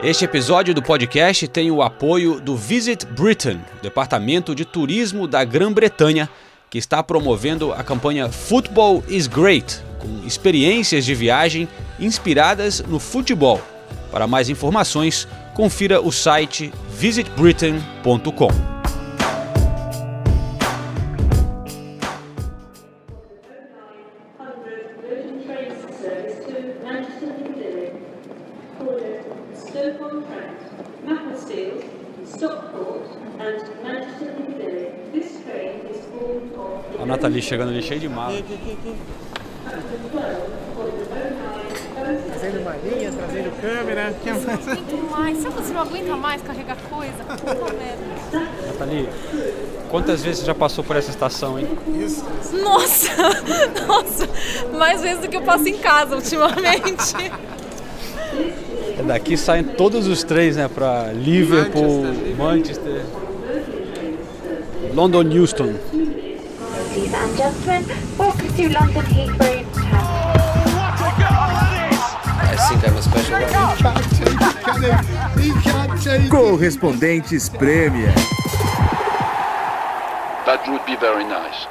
Este episódio do podcast tem o apoio do Visit Britain, Departamento de Turismo da Grã-Bretanha, que está promovendo a campanha Football is Great, com experiências de viagem inspiradas no futebol. Para mais informações, confira o site visitbritain.com. A Nathalie chegando ali cheia de mala. Trazendo malinha, trazendo câmera. Muito mais. Sabe quando você não aguenta mais carregar coisa? Puta merda. Nathalie, quantas vezes você já passou por essa estação, hein? Isso. Nossa! Mais vezes do que eu passo em casa ultimamente. Daqui saem todos os trens, né? Pra Liverpool, Manchester, London Euston. Ladies and gentlemen, welcome to London Heathrow I think I'm a special one. Correspondentes Premier. That would be very nice.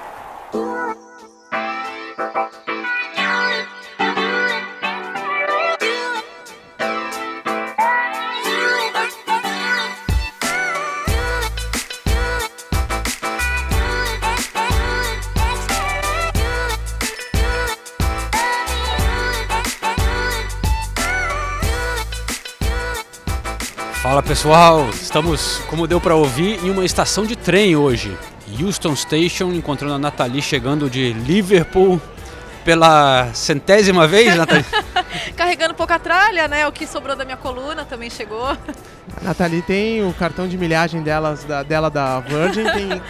Fala pessoal, estamos, como deu para ouvir, em uma estação de trem hoje. Euston Station, encontrando a Nathalie chegando de Liverpool pela 100ª vez, Nathalie? Carregando pouca tralha, né? O que sobrou da minha coluna também chegou. A Nathalie tem o cartão de milhagem dela da Virgin, tem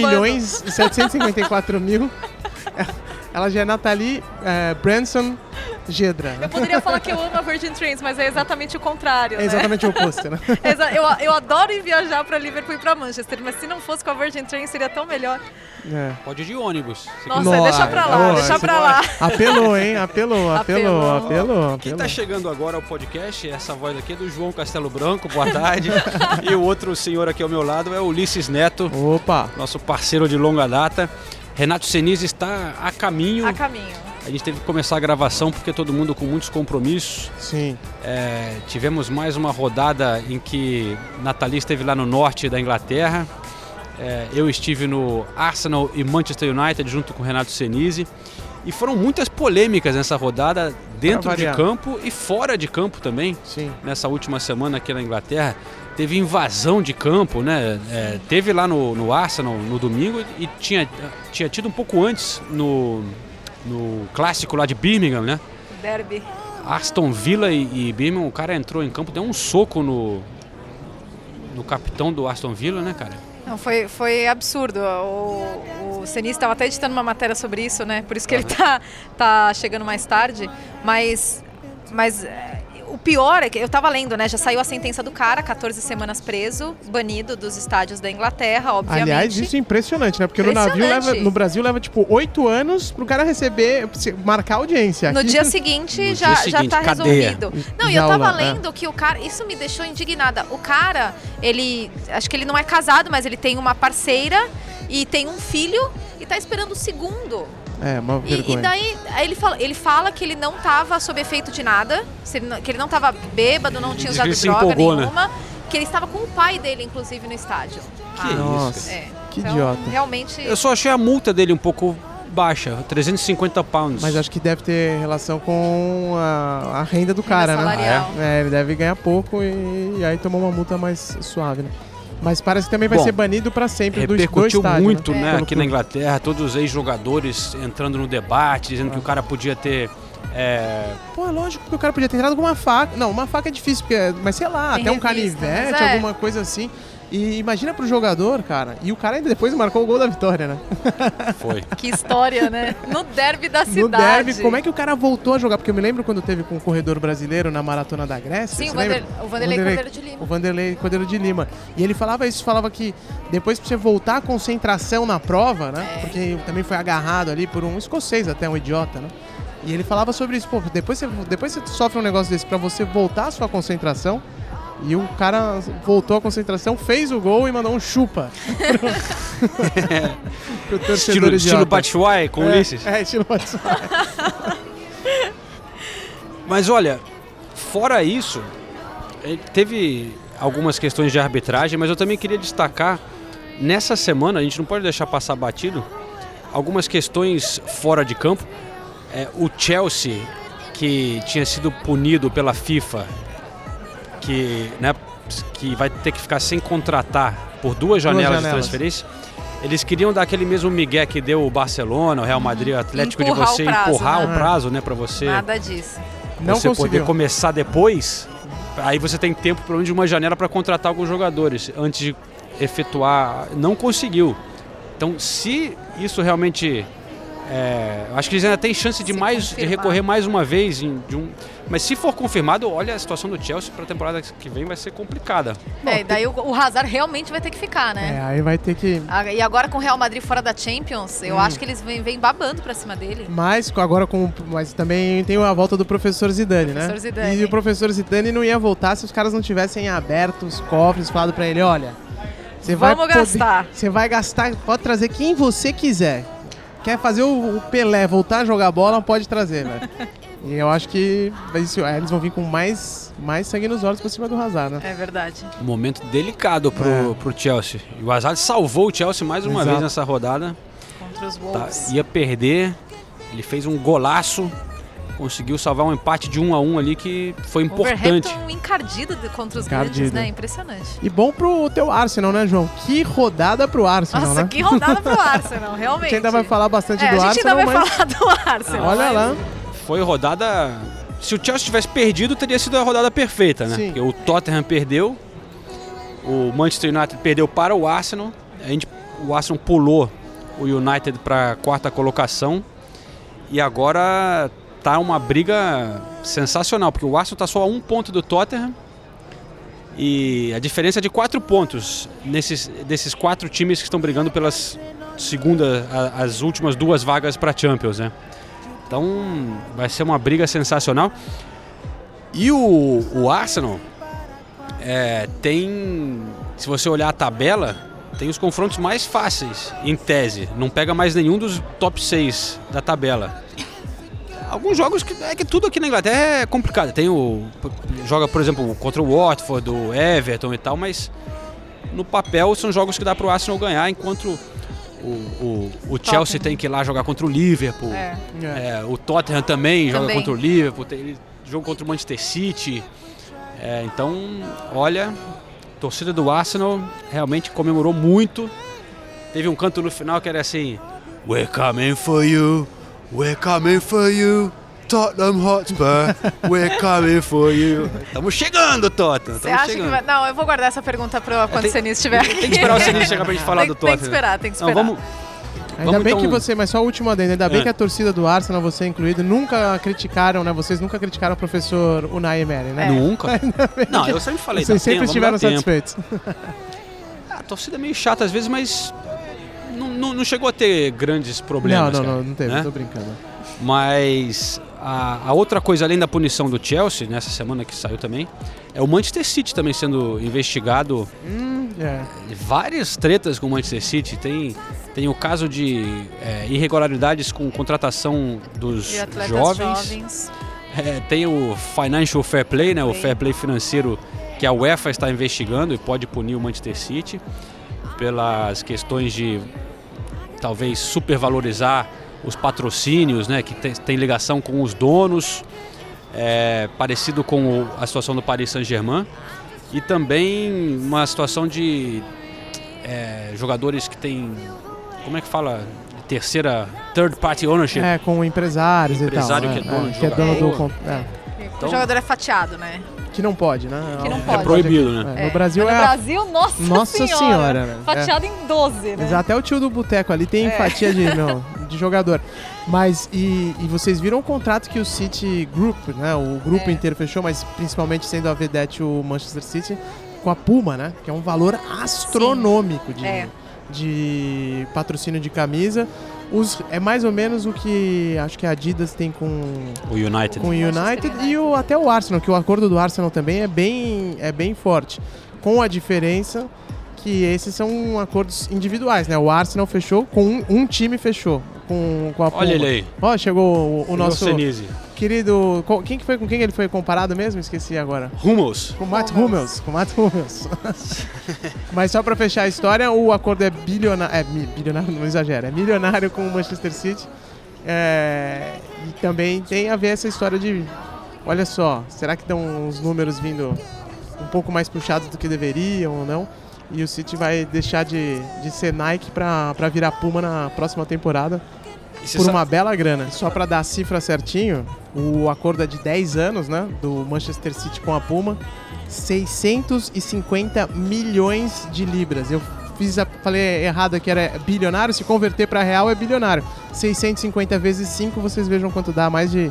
8.754.000. Ela já é Nathalie Branson Gedra. Eu poderia falar que eu amo a Virgin Trains, mas é exatamente o contrário, É exatamente o oposto, né? Eu adoro ir viajar para Liverpool e para Manchester, mas se não fosse com a Virgin Trains seria tão melhor. É. Pode ir de ônibus. Nossa, deixa pra lá, deixa pra lá. Apelou, hein? Apelou. Quem tá chegando agora ao podcast, essa voz aqui é do João Castelo Branco, boa tarde. E o outro senhor aqui ao meu lado é o Ulisses Neto, Opa! nosso parceiro de longa data. Renato Senise está a caminho. A gente teve que começar a gravação porque todo mundo com muitos compromissos. Sim. Tivemos mais uma rodada em que Nathalie esteve lá no norte da Inglaterra. Eu estive no Arsenal e Manchester United junto com o Renato Senise. E foram muitas polêmicas nessa rodada, dentro de campo e fora de campo também. Sim. Nessa última semana aqui na Inglaterra. Teve invasão de campo, né? Teve lá no Arsenal no domingo e tinha tido um pouco antes no clássico lá de Birmingham, né? Derby. Aston Villa e Birmingham, o cara entrou em campo, deu um soco no capitão do Aston Villa, né, cara? Não, foi absurdo. O Senise estava até editando uma matéria sobre isso, né? Por isso que ele tá chegando mais tarde. Mas o pior é que eu tava lendo, né? Já saiu a sentença do cara, 14 semanas preso, banido dos estádios da Inglaterra, obviamente. Aliás, isso é impressionante, né? Porque no Brasil leva tipo 8 anos pro cara marcar audiência. No dia seguinte já tá resolvido. Não, e eu tava lendo que o cara, isso me deixou indignada. O cara, acho que ele não é casado, mas ele tem uma parceira e tem um filho e tá esperando o segundo. Uma vergonha. E daí ele fala que ele não estava sob efeito de nada, que ele não estava bêbado, não tinha usado droga nenhuma, né? Que ele estava com o pai dele, inclusive, no estádio. Nossa, que então, idiota. Realmente... Eu só achei a multa dele um pouco baixa, 350 pounds. Mas acho que deve ter relação com a renda do cara, salarial. Né? Ele deve ganhar pouco e aí tomou uma multa mais suave, né? Mas parece que também vai ser banido para sempre do estádio. Repercutiu muito, né? Aqui clube. Na Inglaterra, todos os ex-jogadores entrando no debate, dizendo que o cara podia ter... Pô, é lógico que o cara podia ter entrado com uma faca. Não, uma faca é difícil, mas sei lá, até um canivete, alguma coisa assim. E imagina pro jogador, cara, e o cara ainda depois marcou o gol da vitória, né? Foi. Que história, né? No derby da cidade. No derby, como é que o cara voltou a jogar? Porque eu me lembro quando teve com o corredor brasileiro na Maratona da Grécia. Sim, o Vanderlei Cordeiro de Lima. O Vanderlei Cordeiro de Lima. E ele falava que depois pra você voltar a concentração na prova, né? Porque também foi agarrado ali por um escocês, até um idiota, né? E ele falava sobre isso, pô, depois você sofre um negócio desse pra você voltar a sua concentração, E o cara voltou à concentração, fez o gol e mandou um chupa pro torcedor Estilo Batshuayi com Ulisses. Estilo Batshuayi. Mas olha, fora isso, teve algumas questões de arbitragem, mas eu também queria destacar, nessa semana, a gente não pode deixar passar batido, algumas questões fora de campo. O Chelsea, que tinha sido punido pela FIFA, que vai ter que ficar sem contratar por duas janelas de transferência, eles queriam dar aquele mesmo migué que deu o Barcelona, o Real Madrid, o Atlético, de você empurrar o prazo, né, para você... Nada disso. Não você conseguiu. Poder começar depois, aí você tem tempo pelo menos de uma janela para contratar alguns jogadores antes de efetuar. Não conseguiu. Então, se isso realmente acho que eles ainda têm chance de recorrer mais uma vez mas se for confirmado, olha, a situação do Chelsea para a temporada que vem vai ser complicada. Daí o Hazard realmente vai ter que ficar, né? Aí vai ter que... E agora com o Real Madrid fora da Champions, eu acho que eles vêm babando pra cima dele. Mas também tem a volta do professor Zidane, né? Zidane. E o professor Zidane não ia voltar se os caras não tivessem aberto os cofres, falado pra ele, olha, você vai gastar, pode trazer quem você quiser. Quer fazer o Pelé voltar a jogar bola, pode trazer, velho. E eu acho que eles vão vir com mais sangue nos olhos pra cima do Hazard, né? É verdade. Um momento delicado pro Chelsea. E o Hazard salvou o Chelsea mais uma vez nessa rodada. Contra os Wolves. Ia perder, ele fez um golaço, conseguiu salvar um empate de 1-1 ali que foi importante. Wolverhampton encardido contra os grandes, né? Impressionante. E bom pro teu Arsenal, né, João? Que rodada pro Arsenal, Nossa, né? Que rodada pro Arsenal, realmente. A gente ainda vai falar bastante do Arsenal, a gente ainda vai falar do Arsenal. Olha lá. Foi rodada... Se o Chelsea tivesse perdido, teria sido a rodada perfeita, né? Sim. Porque o Tottenham perdeu, o Manchester United perdeu para o Arsenal, o Arsenal pulou o United para a 4ª colocação e agora tá uma briga sensacional, porque o Arsenal tá só a 1 ponto do Tottenham e a diferença é de 4 pontos desses 4 times que estão brigando pelas as últimas 2 vagas para a Champions, né? Então vai ser uma briga sensacional. E o Arsenal tem, se você olhar a tabela, tem os confrontos mais fáceis, em tese. Não pega mais nenhum dos top 6 da tabela. Alguns jogos que tudo aqui na Inglaterra é complicado. Joga, por exemplo, contra o Watford, o Everton e tal, mas no papel são jogos que dá para o Arsenal ganhar, enquanto o Chelsea tem que ir lá jogar contra o Liverpool. O Tottenham também joga contra o Liverpool, tem jogo contra o Manchester City. Então, olha, a torcida do Arsenal realmente comemorou muito. Teve um canto no final que era assim: "We're coming for you, we're coming for you, Tottenham Hotspur, we're coming for you." Estamos chegando, Tottenham. Você acha chegando. Não, eu vou guardar essa pergunta para quando o Senise estiver aqui. Tem que esperar o Senise chegar pra gente falar do Tottenham. Tem que esperar. Não, Ainda bem que você, mas só o último adendo, ainda bem que a torcida do Arsenal, você incluído, nunca criticaram, né? Vocês nunca criticaram o professor Unai Emery, né? Nunca? Não, eu sempre falei. Vocês sempre estiveram satisfeitos. A torcida é meio chata às vezes, mas não chegou a ter grandes problemas. Não teve, né? Tô brincando. Mas a outra coisa, além da punição do Chelsea, nessa semana que saiu também, é o Manchester City também sendo investigado. Várias tretas com o Manchester City. Tem o caso de irregularidades com contratação dos jovens. Tem o Financial Fair Play, né? O Fair Play financeiro que a UEFA está investigando e pode punir o Manchester City pelas questões de talvez supervalorizar os patrocínios, né, que tem ligação com os donos, parecido com a situação do Paris Saint-Germain, e também uma situação de jogadores que têm, como é que fala, third party ownership. Com empresários e tal. Empresário que é dono de jogador. Então, o jogador é fatiado, né? Que não pode, né? Que não pode. É proibido, né? No Brasil no Brasil, nossa senhora né? Fatiado em 12, né? Até o tio do boteco ali tem fatia de jogador. Mas, e vocês viram o contrato que o City Group, né? O grupo inteiro fechou, mas principalmente sendo a vedete o Manchester City, com a Puma, né? Que é um valor astronômico de patrocínio de camisa. É mais ou menos o que acho que a Adidas tem com o United. Com o United e até o Arsenal, que o acordo do Arsenal também é bem forte. Com a diferença que esses são acordos individuais, né? O Arsenal fechou com um time fechou com a Puma. Olha ele aí. Ó, chegou o nosso Senise. Querido... Com quem ele foi comparado mesmo? Esqueci agora. Hummels. Com Matt Hummels. Mas só pra fechar a história, o acordo é bilionário... bilionário, não exagera. É milionário com o Manchester City. E também tem a ver essa história de... Olha só, será que estão os números vindo um pouco mais puxados do que deveriam ou não? E o City vai deixar de ser Nike pra virar Puma na próxima temporada. Por uma bela grana. Só para dar a cifra certinho, o acordo é de 10 anos, né? Do Manchester City com a Puma. 650 milhões de libras. Eu falei errado aqui, era bilionário. Se converter para real é bilionário. 650 vezes 5, vocês vejam quanto dá. Mais de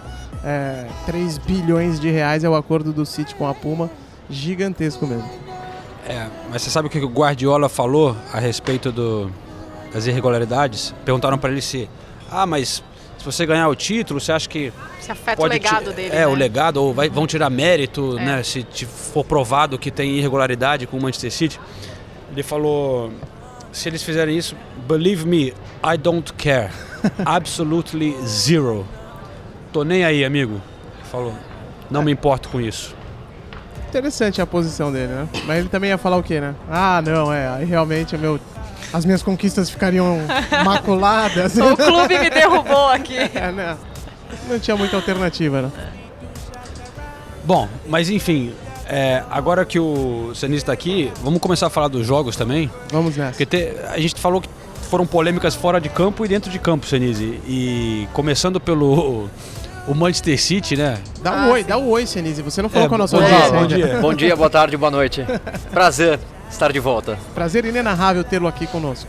3 bilhões de reais é o acordo do City com a Puma. Gigantesco mesmo. Mas você sabe o que o Guardiola falou a respeito das irregularidades? Perguntaram para ele se... mas se você ganhar o título, você acha que... Se afeta o legado dele, né? O legado, ou vão tirar mérito, né? Se for provado que tem irregularidade com o Manchester City. Ele falou, se eles fizerem isso, believe me, I don't care. Absolutely zero. Tô nem aí, amigo. Ele falou, não me importo com isso. Interessante a posição dele, né? Mas ele também ia falar o quê, né? Não, aí realmente as minhas conquistas ficariam maculadas. O clube me derrubou aqui. Não tinha muita alternativa, né? Bom, mas enfim, agora que o Senise está aqui, vamos começar a falar dos jogos também? Vamos nessa. Porque a gente falou que foram polêmicas fora de campo e dentro de campo, Senise. E começando pelo Manchester City, né? Dá um oi, Senise. Você não falou com a nossa audiência. Bom dia. Bom dia, boa tarde, boa noite. Prazer estar de volta. Prazer inenarrável tê-lo aqui conosco.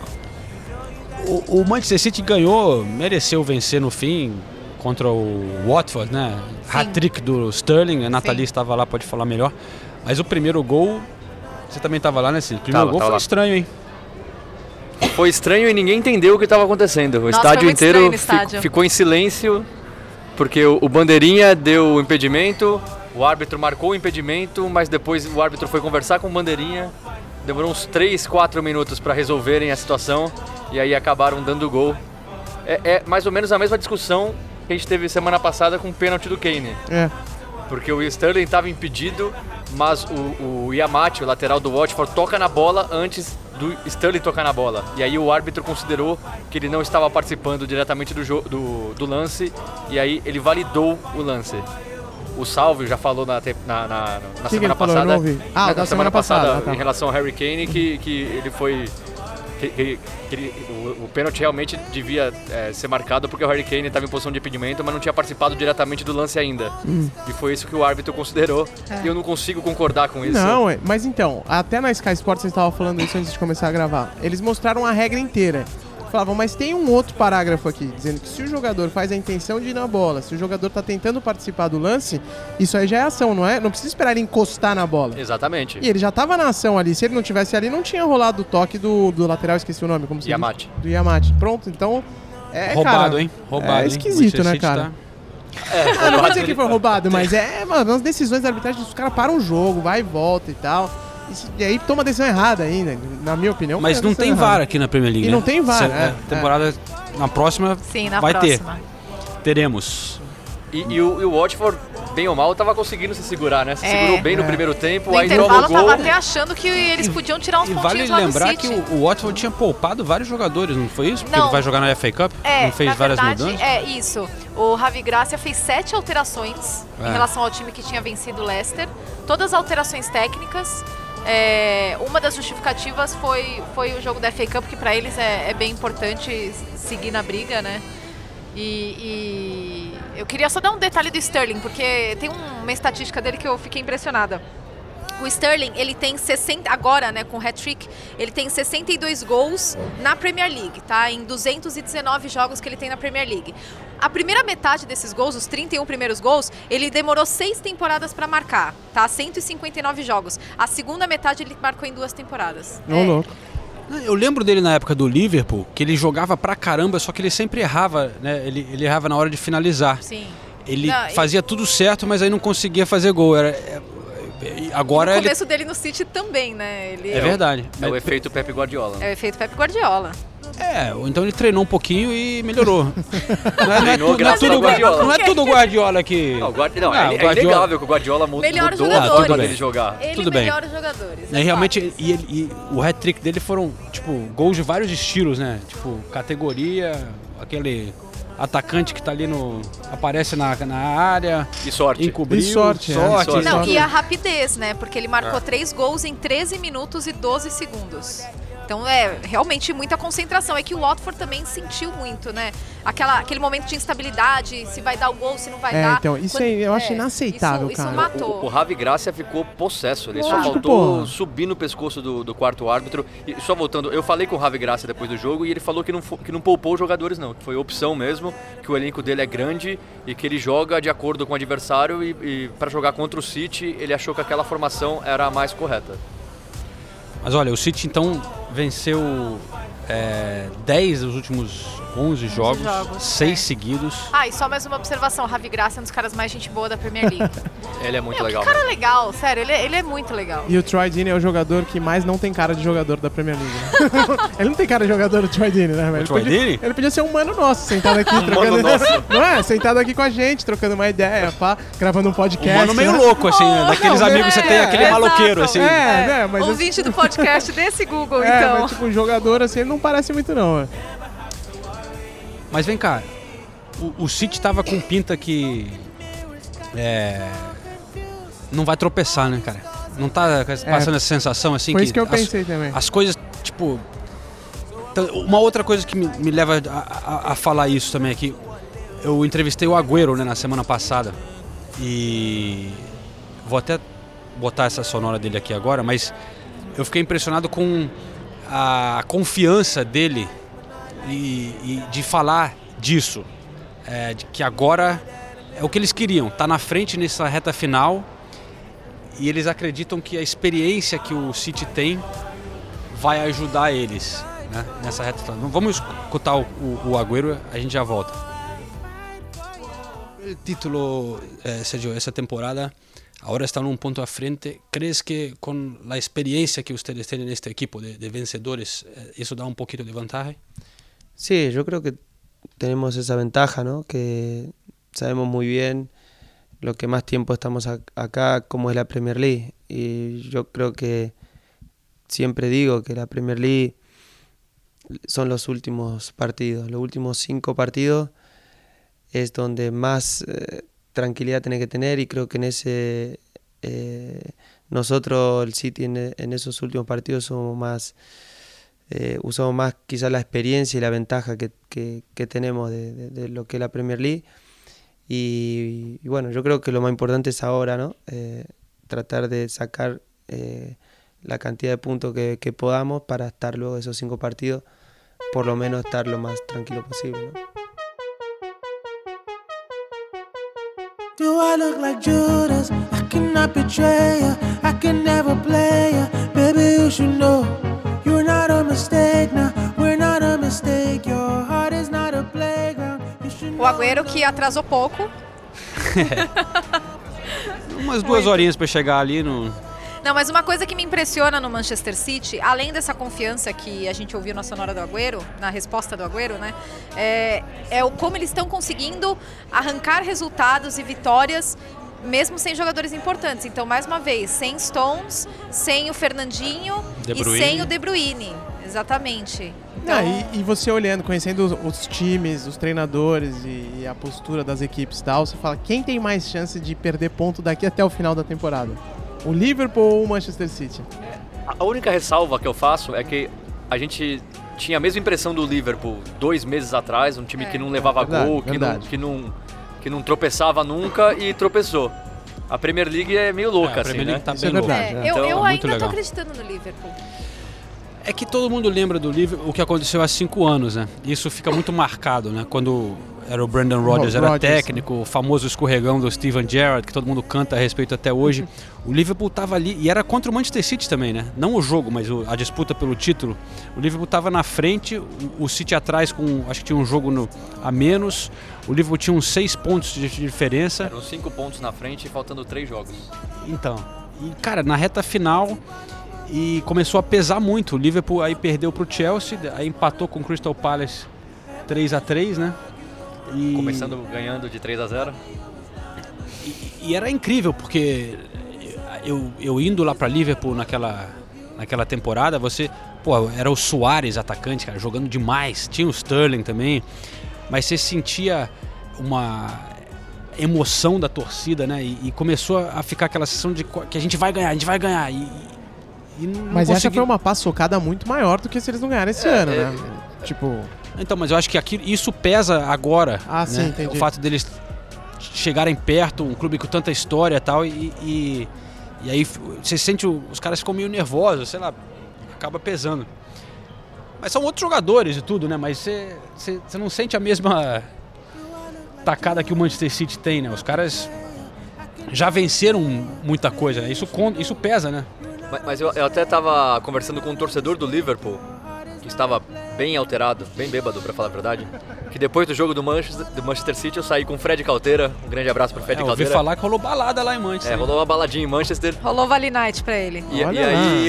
O Manchester City mereceu vencer no fim contra o Watford, né? Hat-trick do Sterling, a Nathalie estava lá, pode falar melhor. Mas o primeiro gol, você também estava lá, né? O primeiro gol foi lá. Estranho, hein? Foi estranho e ninguém entendeu o que estava acontecendo. O estádio inteiro ficou em silêncio, porque o bandeirinha deu o impedimento, o árbitro marcou o impedimento, mas depois o árbitro foi conversar com o bandeirinha. Demorou uns 3, 4 minutos para resolverem a situação e aí acabaram dando gol. É mais ou menos a mesma discussão que a gente teve semana passada com o pênalti do Kane. Porque o Sterling estava impedido, mas o Iamati, o lateral do Watford, toca na bola antes do Sterling tocar na bola. E aí o árbitro considerou que ele não estava participando diretamente do lance e aí ele validou o lance. O Salvio já falou na semana passada. Da semana passada. Em relação ao Harry Kane, que ele foi... o pênalti realmente devia ser marcado porque o Harry Kane estava em posição de impedimento, mas não tinha participado diretamente do lance ainda. E foi isso que o árbitro considerou. E eu não consigo concordar com isso. Não, mas então, até na Sky Sports vocês estavam falando isso antes de começar a gravar. Eles mostraram a regra inteira. Falavam, mas tem um outro parágrafo aqui, dizendo que se o jogador faz a intenção de ir na bola, se o jogador tá tentando participar do lance, isso aí já é ação, não é? Não precisa esperar ele encostar na bola. Exatamente. E ele já tava na ação ali, se ele não tivesse ali, não tinha rolado o toque do lateral, esqueci o nome, como se Iamati. Do Iamati. Pronto, então... roubado, cara, hein? Roubado, é esquisito, né, cara? Não vou dizer que foi roubado, mas mano, as decisões da arbitragem, os caras param o jogo, vai e volta e tal... E aí toma a decisão errada ainda, na minha opinião. Mas não tem VAR aqui na Premier League, e né? não tem VAR, temporada na próxima vai ter. Teremos. E o Watford, bem ou mal, tava conseguindo se segurar, né? Se segurou bem no primeiro tempo, no aí intervalo toma o gol. tava até achando que eles podiam tirar uns pontinhos lá do City. Vale lembrar que o Watford tinha poupado vários jogadores, não foi isso? Porque não. Ele vai jogar na FA Cup? Não fez várias mudanças? Isso. O Javi Gracia fez 7 alterações em relação ao time que tinha vencido o Leicester. Todas alterações técnicas. Uma das justificativas foi o jogo da FA Cup, que para eles é bem importante seguir na briga, né? E eu queria só dar um detalhe do Sterling, porque tem uma estatística dele que eu fiquei impressionada. O Sterling, ele tem 60, agora, né, com o hat-trick, ele tem 62 gols na Premier League, tá? Em 219 jogos que ele tem na Premier League. A primeira metade desses gols, os 31 primeiros gols, ele demorou 6 temporadas para marcar, tá? 159 jogos. A segunda metade ele marcou em 2 temporadas. Louco. Eu lembro dele na época do Liverpool, que ele jogava pra caramba, só que ele sempre errava, né? Ele errava na hora de finalizar. Sim. Ele fazia tudo certo, mas aí não conseguia fazer gol. Agora no começo dele no City também, né? É verdade. É o efeito Pep Guardiola. É o efeito Pep Guardiola. Ou então ele treinou um pouquinho e melhorou. Não é tudo o Guardiola que... É inegável que o Guardiola mudou a forma dele jogar. Ele melhora os jogadores. Realmente, e o hat-trick dele foram, tipo, gols de vários estilos, né? Tipo, categoria, aquele atacante que tá ali aparece na área. E sorte. Encobriu. E sorte. Não, e a rapidez, né? Porque ele marcou 3 gols em 13 minutos e 12 segundos. Então é realmente muita concentração. É que o Watford também sentiu muito, né? Aquele momento de instabilidade, se vai dar o gol, se não vai dar. Então, isso aí eu acho inaceitável, isso cara. matou. O Ravi Gracia ficou possesso. Ele só faltou subir no pescoço do quarto árbitro. E só voltando, eu falei com o Ravi Gracia depois do jogo e ele falou que não poupou os jogadores, não. Que foi opção mesmo, que o elenco dele é grande e que ele joga de acordo com o adversário e para jogar contra o City, ele achou que aquela formação era a mais correta. Mas olha, o City então venceu 10 dos últimos 11 jogos, 6 seguidos. E só mais uma observação, o Ravi Gracia é um dos caras mais gente boa da Premier League. Ele é muito legal. Que cara legal, sério, ele é muito legal. E o Troy Deeney é o jogador que mais não tem cara de jogador da Premier League. Né? Ele não tem cara de jogador do Troy Deeney, né? Ele podia ser um mano nosso, sentado aqui, trocando... Não é? Sentado aqui com a gente, trocando uma ideia, gravando um podcast. Um mano meio louco, assim, daqueles amigos que você tem, aquele maloqueiro, assim. Né? Mas ouvinte do podcast desse Google, então. Mas tipo, um jogador assim, ele não parece muito não, né? Mas vem cá, o City tava com pinta que não vai tropeçar, né, cara? Não tá passando essa sensação assim? Foi isso que eu pensei também. As coisas, tipo... Uma outra coisa que me leva a falar isso também é que eu entrevistei o Agüero, né, na semana passada e vou até botar essa sonora dele aqui agora, mas eu fiquei impressionado com a confiança dele e de falar disso, de que agora é o que eles queriam, tá na frente nessa reta final e eles acreditam que a experiência que o City tem vai ajudar eles, né, nessa reta final. Vamos escutar o Agüero, a gente já volta. O título, Sergio, essa temporada ahora están un punto a frente. ¿Crees que con la experiencia que ustedes tienen en este equipo de vencedores, eso da un poquito de ventaja? Sí, yo creo que tenemos esa ventaja, ¿no? Que sabemos muy bien lo que más tiempo estamos acá, cómo es la Premier League. Y yo creo que siempre digo que la Premier League son los últimos partidos. Los últimos 5 partidos es donde más tranquilidad tenés que tener, y creo que en ese nosotros, el City, en esos últimos partidos somos más... usamos más quizás la experiencia y la ventaja que tenemos de lo que es la Premier League y bueno, yo creo que lo más importante es ahora, ¿no? Tratar de sacar la cantidad de puntos que podamos para estar luego de esos 5 partidos, por lo menos estar lo más tranquilo posible, ¿no? Do I look like Judas? I cannot betray you, I can never play you. Baby, you should know you're not a mistake now, we're not a mistake. Your heart is not a playground. O Agüero que atrasou pouco. Umas 2 horinhas para chegar ali no... Não, mas uma coisa que me impressiona no Manchester City, além dessa confiança que a gente ouviu na sonora do Agüero, na resposta do Agüero, né, é o como eles estão conseguindo arrancar resultados e vitórias mesmo sem jogadores importantes. Então, mais uma vez, sem Stones, sem o Fernandinho e sem o De Bruyne. Exatamente. Então... e você olhando, conhecendo os times, os treinadores e a postura das equipes e tal, você fala, quem tem mais chance de perder ponto daqui até o final da temporada? O Liverpool ou o Manchester City? A única ressalva que eu faço é que a gente tinha a mesma impressão do Liverpool 2 meses atrás, um time que não levava gol, que não tropeçava nunca e tropeçou. A Premier League é meio louca, assim, né? Tá bem louca. Eu ainda estou acreditando no Liverpool. É que todo mundo lembra do Liverpool, o que aconteceu há 5 anos, né? Isso fica muito marcado, né? Quando era o Brendan Rodgers, era técnico, o famoso escorregão do Steven Gerrard, que todo mundo canta a respeito até hoje. O Liverpool estava ali, e era contra o Manchester City também, né? Não o jogo, mas a disputa pelo título. O Liverpool estava na frente, o City atrás, acho que tinha um jogo a menos. O Liverpool tinha uns 6 pontos de diferença. Eram 5 pontos na frente, faltando 3 jogos. Então, e cara, na reta final, e começou a pesar muito. O Liverpool aí perdeu para o Chelsea, aí empatou com o Crystal Palace 3-3, né? Começando ganhando de 3-0. E era incrível, porque eu indo lá para Liverpool naquela temporada, era o Suárez atacante, cara, jogando demais. Tinha o Sterling também, mas você sentia uma emoção da torcida, né? E começou a ficar aquela sensação de que a gente vai ganhar. Mas essa foi uma paçocada muito maior do que se eles não ganharem esse ano, né? Tipo... Então, mas eu acho que isso pesa agora. Ah, sim, entendi. O fato deles chegarem perto, um clube com tanta história e tal, e aí você sente, os caras ficam meio nervosos, sei lá, acaba pesando. Mas são outros jogadores e tudo, né? Mas você não sente a mesma tacada que o Manchester City tem, né? Os caras já venceram muita coisa, né? Isso pesa, né? Mas eu até estava conversando com um torcedor do Liverpool, que estava bem alterado, bem bêbado, pra falar a verdade, que depois do jogo do Manchester City eu saí com o Fred Caldeira. Um grande abraço pro Fred Caldeira. Eu ouvi falar que rolou balada lá em Manchester. Rolou uma baladinha em Manchester. Rolou Valley Night pra ele. E aí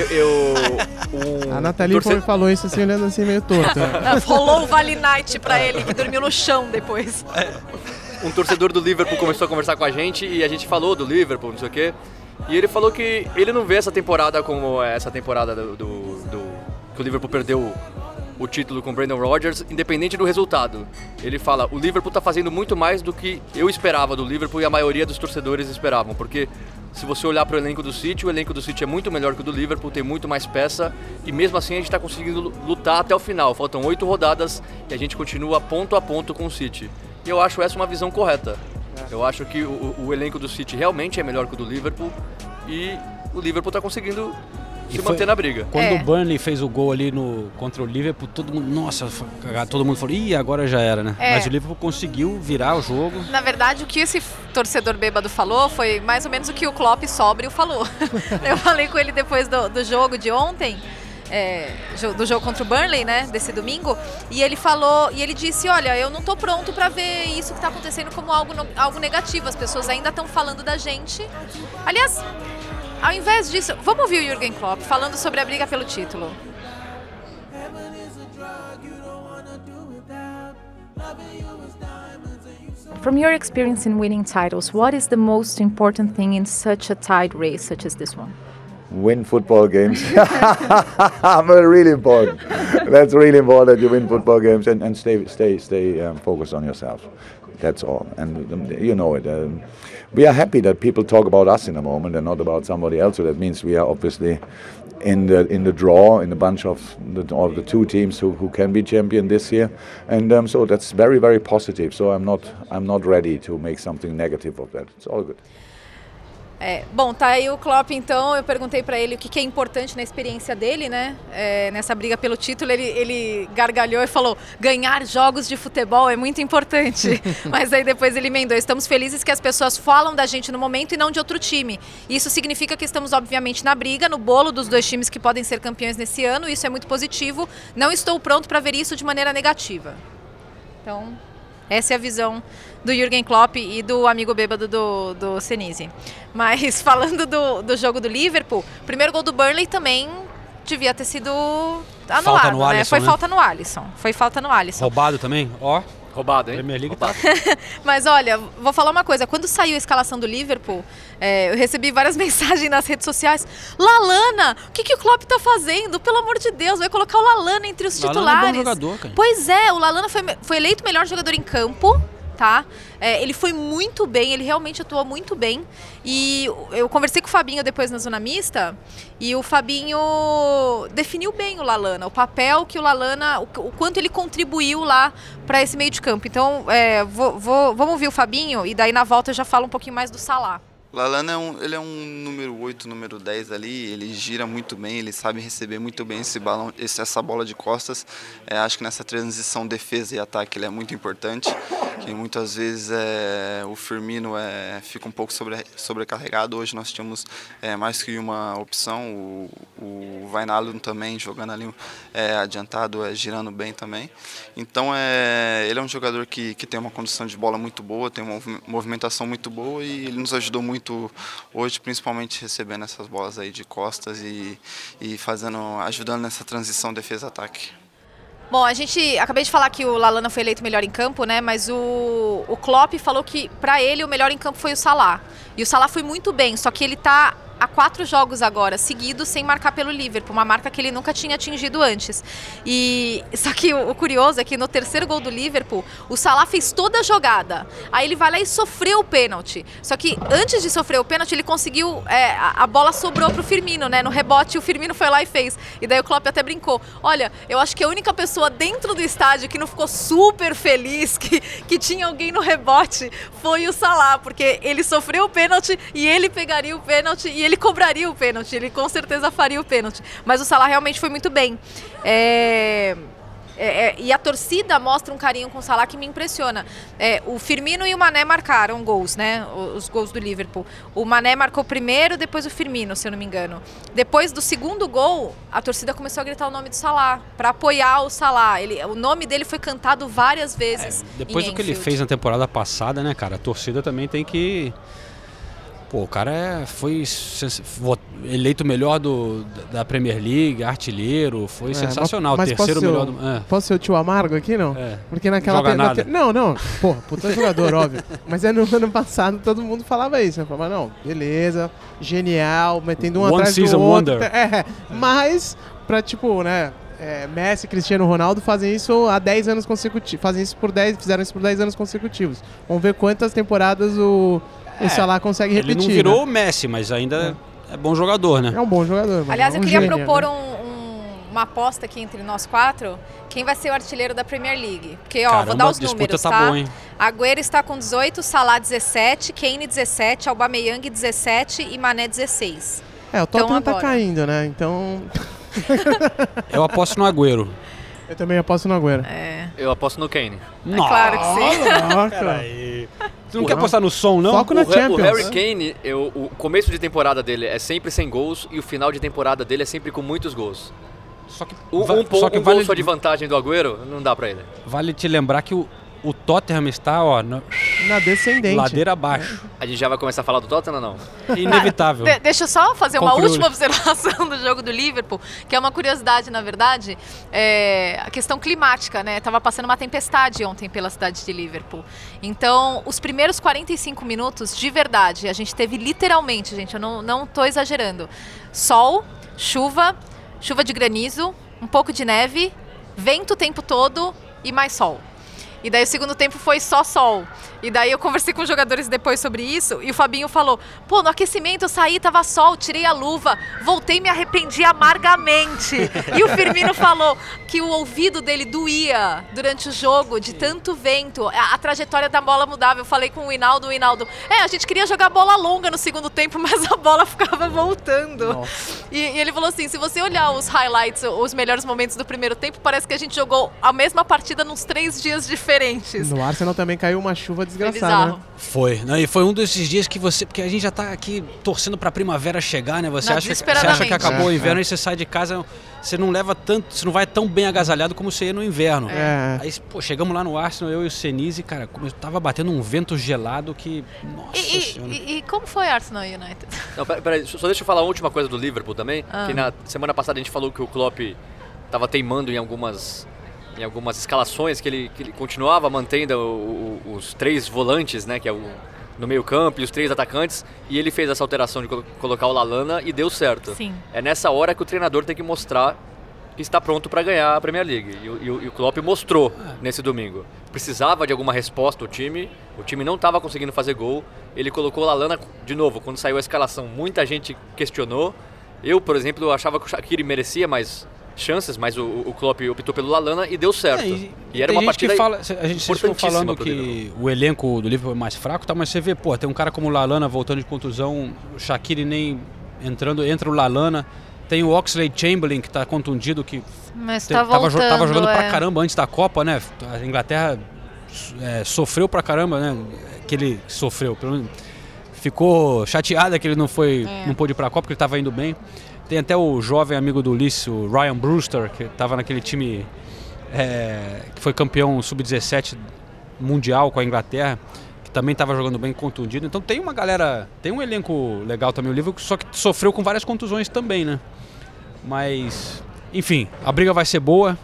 a Nathalie falou isso assim, olhando assim meio torto. Rolou o Valley Night pra ele, que dormiu no chão depois. Um torcedor do Liverpool começou a conversar com a gente e a gente falou do Liverpool, não sei o quê. E ele falou que ele não vê essa temporada como essa temporada que o Liverpool perdeu o título com o Brendan Rodgers, independente do resultado. Ele fala, o Liverpool está fazendo muito mais do que eu esperava do Liverpool e a maioria dos torcedores esperavam, porque se você olhar para o elenco do City é muito melhor que o do Liverpool, tem muito mais peça, e mesmo assim a gente está conseguindo lutar até o final. Faltam 8 rodadas e a gente continua ponto a ponto com o City. E eu acho essa uma visão correta. Eu acho que o elenco do City realmente é melhor que o do Liverpool, e o Liverpool está conseguindo se manter na briga. Quando o Burnley fez o gol ali contra o Liverpool, todo mundo falou, agora já era, né? Mas o Liverpool conseguiu virar o jogo. Na verdade, o que esse torcedor bêbado falou foi mais ou menos o que o Klopp sóbrio falou. Eu falei com ele depois do jogo de ontem, do jogo contra o Burnley, né, desse domingo, e ele disse, olha, eu não tô pronto pra ver isso que tá acontecendo como algo negativo, as pessoas ainda estão falando da gente. Aliás, ao invés disso, vamos ouvir o Jürgen Klopp falando sobre a briga pelo título. From your experience in winning titles, what is the most important thing in such a tight race such as this one? Win football games. Really important. That's really important that you win football games and stay focused on yourself. That's all. And you know it. We are happy that people talk about us in a moment and not about somebody else. So that means we are obviously in the draw, in a bunch of the 2 teams who can be champion this year. And so that's very, very positive. So I'm not ready to make something negative of that. It's all good. Bom, tá aí o Klopp, então, eu perguntei pra ele o que é importante na experiência dele, né, nessa briga pelo título, ele gargalhou e falou, ganhar jogos de futebol é muito importante, mas aí depois ele emendou, estamos felizes que as pessoas falam da gente no momento e não de outro time, isso significa que estamos obviamente na briga, no bolo dos 2 times que podem ser campeões nesse ano, isso é muito positivo, não estou pronto para ver isso de maneira negativa. Então, essa é a visão do Jürgen Klopp e do amigo bêbado do Senise. Mas falando do jogo do Liverpool, o primeiro gol do Burnley também devia ter sido anulado, falta no Alisson, né? Foi falta no Alisson. Roubado também? Roubado, hein? Premier League tá. Mas olha, vou falar uma coisa. Quando saiu a escalação do Liverpool, eu recebi várias mensagens nas redes sociais. Lallana, o que o Klopp tá fazendo? Pelo amor de Deus, vai colocar o Lallana entre os titulares. Lallana é bom jogador, cara. Pois é, o Lallana foi eleito o melhor jogador em campo. Tá? Ele foi muito bem, ele realmente atuou muito bem. E eu conversei com o Fabinho depois na Zona Mista e o Fabinho definiu bem o Lallana, o papel que o Lallana, o quanto ele contribuiu lá para esse meio de campo. Então, vamos ouvir o Fabinho e daí na volta eu já falo um pouquinho mais do Salah. Lallana ele é um número 8, número 10 ali, ele gira muito bem, ele sabe receber muito bem essa bola de costas. Acho que nessa transição defesa e ataque ele é muito importante, que muitas vezes o Firmino fica um pouco sobrecarregado. Hoje nós tínhamos mais que uma opção, o Wijnaldum também jogando ali adiantado, girando bem também. Então ele é um jogador que tem uma condução de bola muito boa, tem uma movimentação muito boa e ele nos ajudou muito hoje, principalmente recebendo essas bolas aí de costas e ajudando nessa transição defesa-ataque. Bom, acabei de falar que o Lallana foi eleito melhor em campo, né? Mas o Klopp falou que para ele o melhor em campo foi o Salah. E o Salah foi muito bem, só que ele tá há 4 jogos agora seguidos sem marcar pelo Liverpool, uma marca que ele nunca tinha atingido antes. Só que o curioso é que no terceiro gol do Liverpool, o Salah fez toda a jogada. Aí ele vai lá e sofreu o pênalti. Só que antes de sofrer o pênalti, ele conseguiu... a bola sobrou pro Firmino, né? No rebote, o Firmino foi lá e fez. E daí o Klopp até brincou. Olha, eu acho que a única pessoa dentro do estádio que não ficou super feliz que tinha alguém no rebote foi o Salah, porque ele sofreu o pênalti e ele pegaria o pênalti e ele cobraria o pênalti, ele com certeza faria o pênalti. Mas o Salah realmente foi muito bem. E a torcida mostra um carinho com o Salah que me impressiona. O Firmino e o Mané marcaram gols, né? Os gols do Liverpool. O Mané marcou primeiro, depois o Firmino, se eu não me engano. Depois do segundo gol, a torcida começou a gritar o nome do Salah, para apoiar o Salah. O nome dele foi cantado várias vezes. Depois do que ele fez na temporada passada, né, cara? A torcida também tem que... Pô, o cara foi eleito melhor da Premier League, artilheiro, foi sensacional, mas terceiro melhor do... Posso ser o tio amargo aqui, não? Porque naquela... Joga nada. Não, pô, puta jogador, óbvio. Mas no ano passado todo mundo falava isso, né? Falava, não, beleza, genial, metendo um atrás do outro. Wonder. Mas, pra tipo, né... Messi e Cristiano Ronaldo fazem isso há 10 anos consecutivos. Fizeram isso por 10 anos consecutivos. Vamos ver quantas temporadas o Salah consegue repetir. Ele não virou o né? Messi, mas ainda é bom jogador, né? É um bom jogador. Aliás, eu queria propor né? uma aposta aqui entre nós 4. Quem vai ser o artilheiro da Premier League? Porque, Caramba, vou dar os números, tá? Bom, hein? Agüero está com 18, Salah 17, Kane 17, Aubameyang 17 e Mané 16. O Tottenham tá caindo, né? Então... Eu aposto no Agüero. Eu também aposto no Agüero. Eu aposto no Kane. Claro que sim. Peraí. Você não quer apostar no som, não? Foco na Champions. O Harry Kane, o começo de temporada dele é sempre sem gols e o final de temporada dele é sempre com muitos gols. Só que um gol só de vantagem do Agüero não dá pra ele. Vale te lembrar que o Tottenham está, na descendente. Ladeira abaixo. A gente já vai começar a falar do Tottenham ou não? Inevitável. Deixa eu só fazer uma última observação do jogo do Liverpool, que é uma curiosidade, na verdade, a questão climática, né? Tava passando uma tempestade ontem pela cidade de Liverpool. Então, os primeiros 45 minutos, de verdade, a gente teve literalmente, gente, eu não tô exagerando, sol, chuva de granizo, um pouco de neve, vento o tempo todo e mais sol. E daí o segundo tempo foi só sol. E daí eu conversei com os jogadores depois sobre isso e o Fabinho falou, pô, no aquecimento eu saí, tava sol, tirei a luva, voltei e me arrependi amargamente. E o Firmino falou que o ouvido dele doía durante o jogo, de tanto vento, a trajetória da bola mudava. Eu falei com o Wijnaldum, a gente queria jogar bola longa no segundo tempo, mas a bola ficava voltando. E ele falou assim, se você olhar os highlights, os melhores momentos do primeiro tempo, parece que a gente jogou a mesma partida nos 3 dias diferentes. No Arsenal também caiu uma chuva desgraçada, né? Foi, né? E foi um desses dias que porque a gente já tá aqui torcendo pra primavera chegar, né? Você acha que acabou o inverno e você sai de casa, você não leva tanto, você não vai tão bem agasalhado como você ia no inverno. Aí, pô, chegamos lá no Arsenal, eu e o Senise, cara, tava batendo um vento gelado que, nossa senhora. E como foi Arsenal e United? Não, peraí, só deixa eu falar a última coisa do Liverpool também, que na semana passada a gente falou que o Klopp tava teimando em algumas escalações, que ele continuava mantendo os 3 volantes, né, que é no meio campo, e os 3 atacantes, e ele fez essa alteração de colocar o Lallana e deu certo. Sim. É nessa hora que o treinador tem que mostrar que está pronto para ganhar a Premier League, e o Klopp mostrou nesse domingo. Precisava de alguma resposta o time não estava conseguindo fazer gol, ele colocou o Lallana de novo. Quando saiu a escalação, muita gente questionou. Eu, por exemplo, achava que o Shaqiri merecia mais chances, mas o Klopp optou pelo Lallana e deu certo. E era uma partida a gente ficou falando que o elenco do Liverpool é mais fraco, tá, mas você vê, pô, tem um cara como o Lallana voltando de contusão, o Shaqiri nem entra o Lallana, tem o Oxlade-Chamberlain que tá contundido, que tava jogando pra caramba antes da Copa, né? A Inglaterra sofreu pra caramba, né? Que ele sofreu, pelo menos ficou chateada que ele não pôde ir pra Copa, porque ele tava indo bem. Tem até o jovem amigo do Ulisses, o Ryan Brewster, que estava naquele time que foi campeão sub-17 mundial com a Inglaterra, que também estava jogando bem contundido. Então tem uma galera, tem um elenco legal também o Liverpool, só que sofreu com várias contusões também, né? Mas, enfim, a briga vai ser boa.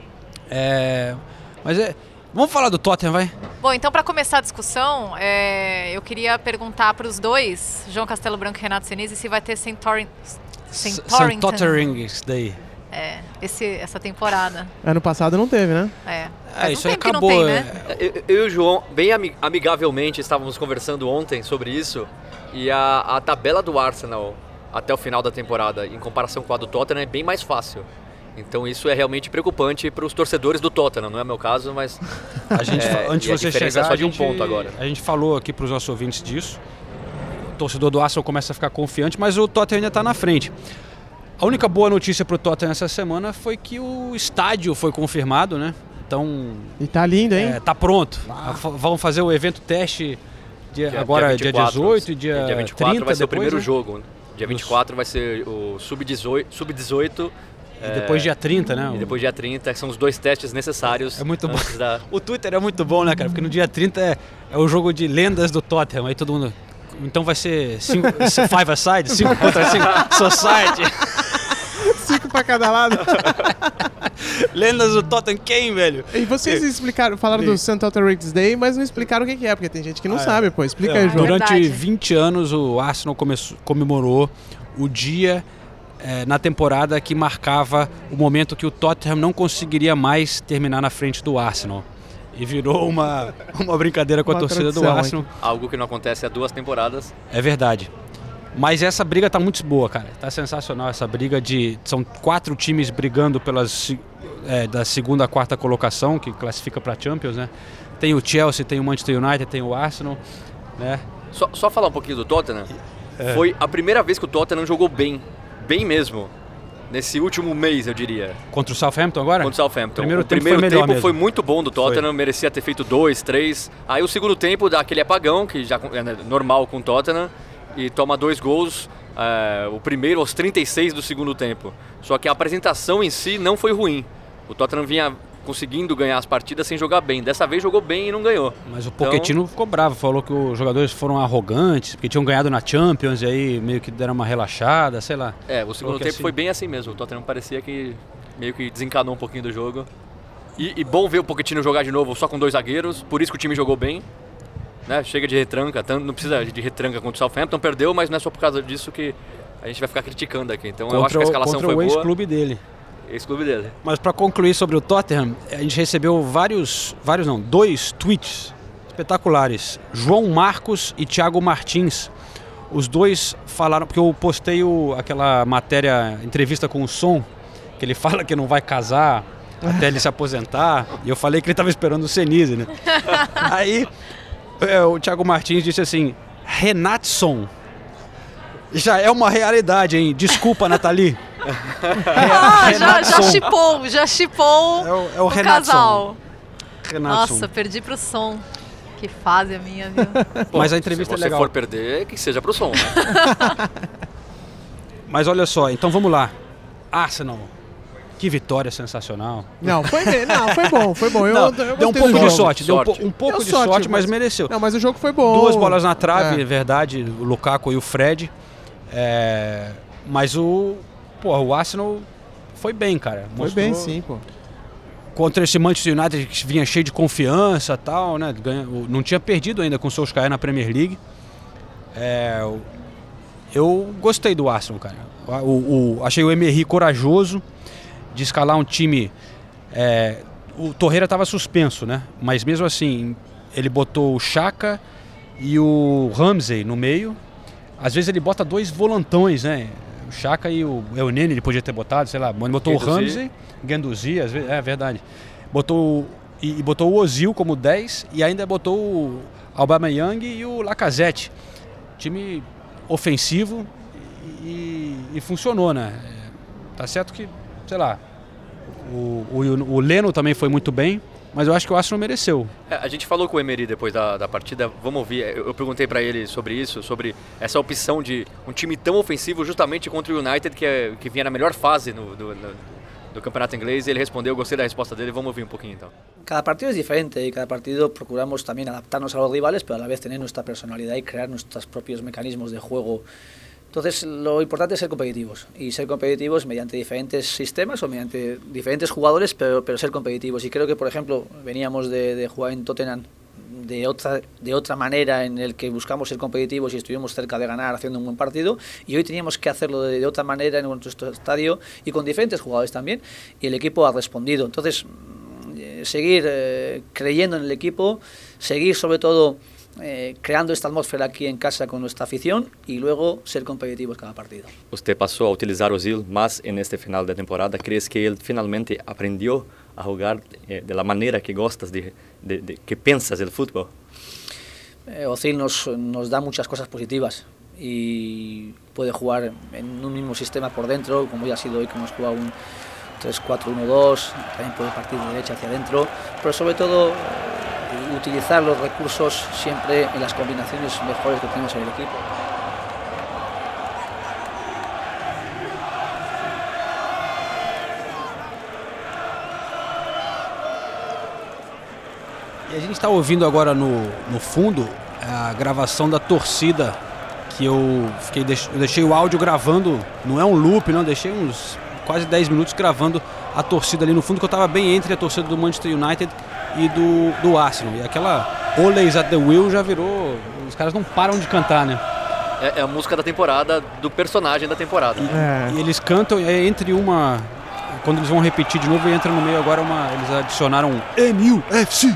Vamos falar do Tottenham, vai? Bom, então para começar a discussão, eu queria perguntar para os dois, João Castelo Branco e Renato Senise, se vai ter St. Tottering's Day. Essa temporada. Ano passado não teve, né? Isso aí acabou. Tem, né? Eu e o João, bem amigavelmente, estávamos conversando ontem sobre isso, e a tabela do Arsenal até o final da temporada, em comparação com a do Tottenham, é bem mais fácil. Então isso é realmente preocupante para os torcedores do Tottenham, não é meu caso, mas antes de você chegar, só de um ponto agora. A gente falou aqui para os nossos ouvintes disso. O torcedor do Arsenal começa a ficar confiante, mas o Tottenham ainda está na frente. A única boa notícia para o Tottenham essa semana foi que o estádio foi confirmado, né? Então, e tá lindo, hein? Tá pronto. Vão fazer o evento teste agora dia 18 e dia 24 30 vai ser depois, o primeiro né? jogo. Dia 24 vai ser o sub-18. E depois dia 30, né? E depois dia 30, são os 2 testes necessários. É muito bom. O Twitter é muito bom, né, cara? Porque no dia 30 é o jogo de lendas do Tottenham. Aí todo mundo... Então vai ser 5-a-side, 5 contra 5 society. 5 pra cada lado. Lendas do Tottenham quem, velho? E vocês falaram do St. Tottering's Day, mas não explicaram o que é, porque tem gente que não sabe, pô. Explica aí, João. Durante 20 anos o Arsenal comemorou o dia na temporada que marcava o momento que o Tottenham não conseguiria mais terminar na frente do Arsenal. E virou uma brincadeira com a torcida do Arsenal. Algo que não acontece há 2 temporadas. É verdade. Mas essa briga tá muito boa, cara. Tá sensacional essa briga são 4 times brigando da segunda a quarta colocação, que classifica para Champions, né? Tem o Chelsea, tem o Manchester United, tem o Arsenal, né? Só falar um pouquinho do Tottenham. Foi a primeira vez que o Tottenham jogou bem mesmo. Nesse último mês, eu diria. Contra o Southampton agora? Contra o Southampton. O primeiro tempo foi muito bom do Tottenham, merecia ter feito 2, 3. Aí o segundo tempo dá aquele apagão, que já é normal com o Tottenham, e toma 2 gols, o primeiro aos 36 do segundo tempo. Só que a apresentação em si não foi ruim. O Tottenham vinha conseguindo ganhar as partidas sem jogar bem. Dessa vez jogou bem e não ganhou. Mas o Pochettino ficou bravo, falou que os jogadores foram arrogantes, porque tinham ganhado na Champions e aí meio que deram uma relaxada, sei lá. O segundo tempo foi bem assim mesmo. O Tottenham parecia que meio que desencanou um pouquinho do jogo. E bom ver o Pochettino jogar de novo só com 2 zagueiros, por isso que o time jogou bem. Né? Chega de retranca, não precisa de retranca contra o Southampton, perdeu, mas não é só por causa disso que a gente vai ficar criticando aqui. Então eu acho que a escalação foi boa. Contra o ex-clube dele. Ex-clube dele. Mas para concluir sobre o Tottenham, a gente recebeu 2 tweets espetaculares. João Marcos e Thiago Martins. Os dois falaram, porque eu postei aquela matéria, entrevista com o Son, que ele fala que não vai casar até ele se aposentar. E eu falei que ele estava esperando o Senise, né? Aí o Thiago Martins disse assim: Renatson. Já é uma realidade, hein? Desculpa, Nathalie. Já chipou o casal. Renatson. Nossa, perdi pro Som. Que fase a minha, viu? Mas a entrevista é legal. Se você for perder, que seja pro Som, né? Mas olha só, então vamos lá. Arsenal. Que vitória sensacional. Foi bom. Deu um pouco de sorte. Deu um pouco de sorte, mas mereceu. Não, mas o jogo foi bom. 2 bolas na trave, verdade. O Lukaku e o Fred. Mas o Arsenal foi bem, cara. Foi bem, sim, pô. Contra esse Manchester United que vinha cheio de confiança e tal, né? Não tinha perdido ainda com o Solskjaer na Premier League. Eu gostei do Arsenal, cara. Achei o Emery corajoso de escalar um time. O Torreira estava suspenso, né? Mas mesmo assim, ele botou o Xhaka e o Ramsey no meio. Às vezes ele bota 2 volantões, né? Xhaka e o Nene ele podia ter botado, sei lá, botou o Ramsey, Guendouzi, às vezes, é verdade. Botou o Ozil como 10 e ainda botou o Aubameyang e o Lacazette. Time ofensivo e funcionou, né? Tá certo que, sei lá, o Leno também foi muito bem, mas eu acho que o Arsenal mereceu. A gente falou com o Emery depois da partida, vamos ouvir, eu perguntei para ele sobre isso, sobre essa opção de um time tão ofensivo justamente contra o United, que vinha na melhor fase do campeonato inglês, e ele respondeu, eu gostei da resposta dele, vamos ouvir um pouquinho então. Cada partido es diferente y cada partido procuramos también adaptarnos a los rivales, pero a la vez tener nuestra personalidad y crear nuestros propios mecanismos de juego. Entonces lo importante es ser competitivos y ser competitivos mediante diferentes sistemas o mediante diferentes jugadores, pero ser competitivos. Y creo que, por ejemplo, veníamos de jugar en Tottenham de otra manera en el que buscamos ser competitivos y estuvimos cerca de ganar haciendo un buen partido, y hoy teníamos que hacerlo de otra manera en nuestro estadio y con diferentes jugadores también, y el equipo ha respondido. Entonces seguir creyendo en el equipo, seguir sobre todo creando esta atmósfera aquí en casa con nuestra afición y luego ser competitivos cada partido. Usted pasó a utilizar Ozil más en este final de temporada. ¿Crees que él finalmente aprendió a jugar de la manera que gustas, que piensas del fútbol? Ozil nos da muchas cosas positivas y puede jugar en un mismo sistema por dentro, como ya ha sido hoy que hemos jugado un 3-4-1-2, también puede partir de derecha hacia adentro, pero sobre todo utilizar los recursos siempre en las combinaciones mejores que tenemos en el equipo. E a gente está ouvindo agora no fundo a gravação da torcida, que eu deixei o áudio gravando, não é um loop, não, deixei uns quase 10 minutos gravando a torcida ali no fundo, que eu estava bem entre a torcida do Manchester United e do Arsenal. E aquela Always at the Wheel já virou... Os caras não param de cantar, né? É a música da temporada, do personagem da temporada. E eles cantam, entre uma... Quando eles vão repetir de novo, entra no meio agora eles adicionaram um MUFC.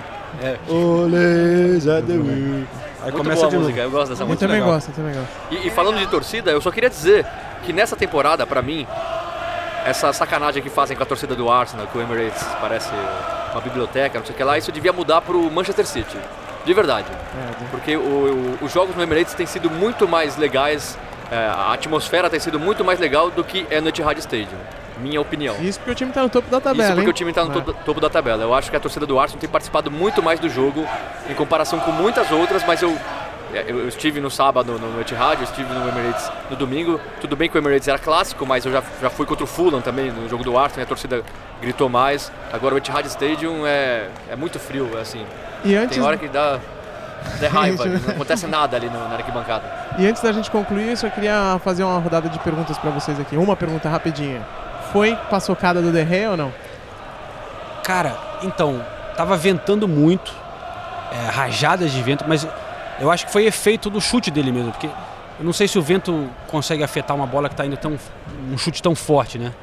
Always at the Wheel. Aí muito começa boa de a música, novo. eu gosto dessa música. Eu também gosto. E falando de torcida, eu só queria dizer que nessa temporada, pra mim, essa sacanagem que fazem com a torcida do Arsenal, que o Emirates parece uma biblioteca, não sei o que lá, isso devia mudar pro Manchester City. De verdade. Porque os jogos no Emirates têm sido muito mais legais, a atmosfera tem sido muito mais legal do que é no Etihad Stadium. Minha opinião. Isso porque o time tá no topo da tabela. Isso porque o time tá no topo da tabela. Eu acho que a torcida do Arsenal tem participado muito mais do jogo em comparação com muitas outras, mas eu estive no sábado no Etihad, eu estive no Emirates no domingo. Tudo bem que o Emirates era clássico, mas eu já fui contra o Fulham também no jogo do Arsenal e a torcida gritou mais. Agora o Etihad Stadium é muito frio, assim. E antes... Tem hora que dá raiva, não acontece nada ali na arquibancada. E antes da gente concluir, eu só queria fazer uma rodada de perguntas para vocês aqui. Uma pergunta rapidinha. Foi paçocada do De Gea ou não? Cara, então, tava ventando muito, rajadas de vento, mas eu acho que foi efeito do chute dele mesmo, porque eu não sei se o vento consegue afetar uma bola que está indo um chute tão forte, né?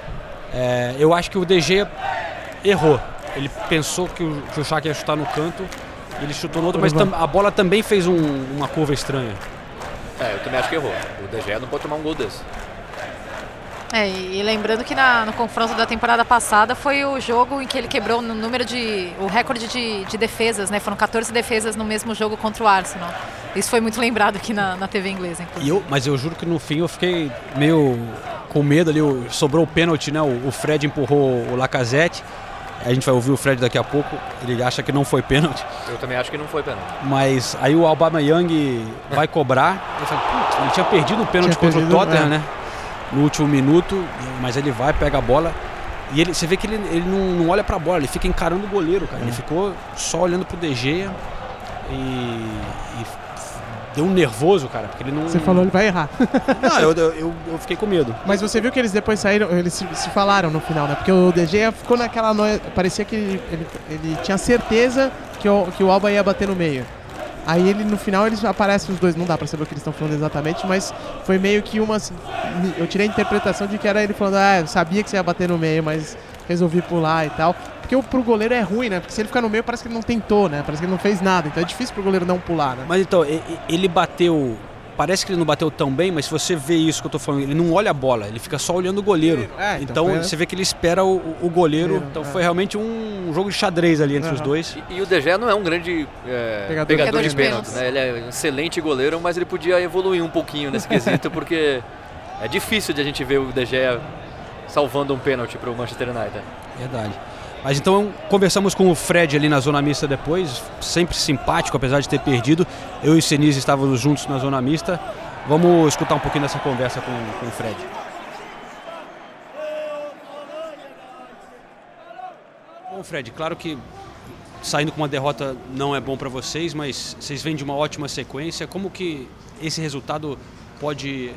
Eu acho que o De Gea errou. Ele pensou que o Xhaka ia chutar no canto, ele chutou no outro, mas a bola também fez uma curva estranha. Eu também acho que errou. O De Gea não pode tomar um gol desse. E lembrando que no confronto da temporada passada foi o jogo em que ele quebrou o recorde de defesas, né? Foram 14 defesas no mesmo jogo contra o Arsenal. Isso foi muito lembrado aqui na TV inglesa, inclusive. Mas eu juro que no fim eu fiquei meio com medo ali, sobrou o pênalti, né? O Fred empurrou o Lacazette. A gente vai ouvir o Fred daqui a pouco, ele acha que não foi pênalti. Eu também acho que não foi pênalti. Mas aí o Aubameyang vai cobrar. Eu falei, ele tinha perdido o pênalti contra o Tottenham, né? No último minuto, mas ele vai, pega a bola e você vê que ele não olha pra bola, ele fica encarando o goleiro, cara. Ele ficou só olhando pro De Gea e deu um nervoso, cara, porque ele não... Você falou, ele vai errar. Não, eu fiquei com medo. Mas você viu que eles depois saíram, eles se falaram no final, né? Porque o De Gea ficou naquela noia, parecia que ele tinha certeza que o Alba ia bater no meio. Aí no final eles aparecem os dois, não dá pra saber o que eles estão falando exatamente, mas foi meio que eu tirei a interpretação de que era ele falando, eu sabia que você ia bater no meio, mas resolvi pular e tal. Porque pro goleiro é ruim, né? Porque se ele ficar no meio parece que ele não tentou, né? Parece que ele não fez nada, então é difícil pro goleiro não pular, né? Mas então, ele bateu parece que ele não bateu tão bem, mas se você vê isso que eu tô falando, ele não olha a bola, ele fica só olhando o goleiro. Então você vê que ele espera o goleiro. Então foi realmente um jogo de xadrez ali entre os dois. E o De Gea não é um grande pegador de pênalti, né? Ele é um excelente goleiro, mas ele podia evoluir um pouquinho nesse quesito, porque é difícil de a gente ver o De Gea salvando um pênalti para o Manchester United. Verdade. Mas então conversamos com o Fred ali na zona mista depois, sempre simpático, apesar de ter perdido. Eu e o Senise estávamos juntos na zona mista. Vamos escutar um pouquinho dessa conversa com o Fred. Bom, Fred, claro que saindo com uma derrota não é bom para vocês, mas vocês vêm de uma ótima sequência. Como que esse resultado pode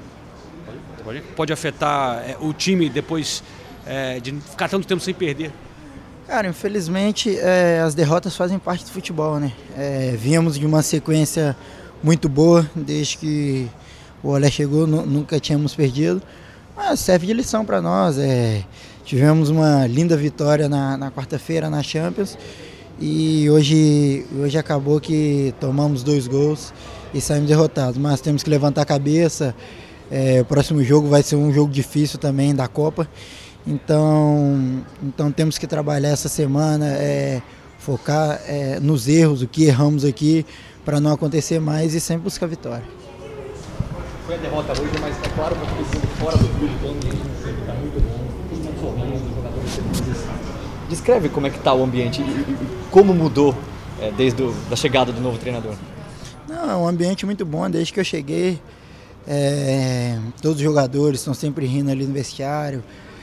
afetar o time depois de ficar tanto tempo sem perder? Cara, infelizmente as derrotas fazem parte do futebol, né? Viemos de uma sequência muito boa, desde que o Olé chegou, nunca tínhamos perdido, mas serve de lição para nós. Tivemos uma linda vitória na quarta-feira na Champions e hoje acabou que tomamos 2 gols e saímos derrotados, mas temos que levantar a cabeça. O próximo jogo vai ser um jogo difícil também da Copa. Então temos que trabalhar essa semana, focar nos erros, o que erramos aqui, para não acontecer mais e sempre buscar vitória. Foi a derrota hoje, mas é claro que todo mundo fora do clube, o ambiente sempre está muito bom, todo mundo sorrindo, os jogadores felizes. Descreve como é que está o ambiente e como mudou desde a chegada do novo treinador. Não, é um ambiente muito bom, desde que eu cheguei, todos os jogadores estão sempre rindo ali no vestiário.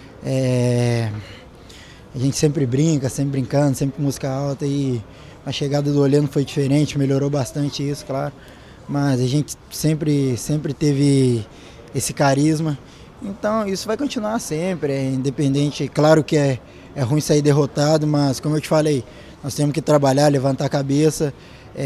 A gente sempre brinca, sempre brincando, sempre com música alta e a chegada do Olé não foi diferente, melhorou bastante isso, claro, mas a gente sempre teve esse carisma, então isso vai continuar sempre, independente, claro que é ruim sair derrotado, mas como eu te falei, nós temos que trabalhar, levantar a cabeça,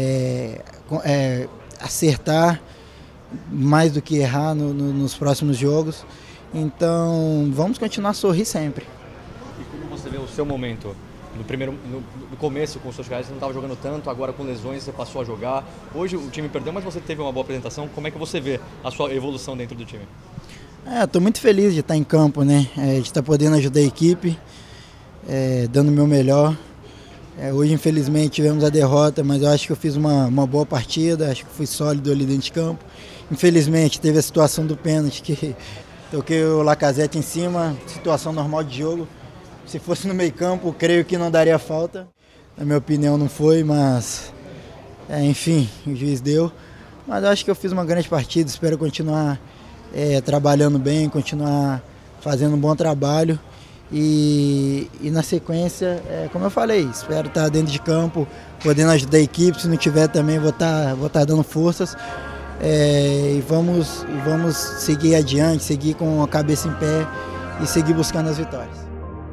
acertar mais do que errar nos próximos jogos. Então, vamos continuar a sorrir sempre. E como você vê o seu momento? No começo com os seus jogadores você não estava jogando tanto, agora com lesões você passou a jogar. Hoje o time perdeu, mas você teve uma boa apresentação. Como é que você vê a sua evolução dentro do time? Estou muito feliz de estar em campo, né? De estar podendo ajudar a equipe, dando o meu melhor. Hoje, infelizmente, tivemos a derrota, mas eu acho que eu fiz uma boa partida, acho que fui sólido ali dentro de campo. Infelizmente, teve a situação do pênalti que toquei o Lacazette em cima, situação normal de jogo. Se fosse no meio campo, creio que não daria falta. Na minha opinião não foi, mas enfim, o juiz deu. Mas eu acho que eu fiz uma grande partida, espero continuar trabalhando bem, continuar fazendo um bom trabalho. E na sequência, como eu falei, espero estar dentro de campo, podendo ajudar a equipe. Se não tiver também, vou estar dando forças. E vamos seguir adiante, seguir com a cabeça em pé e seguir buscando as vitórias.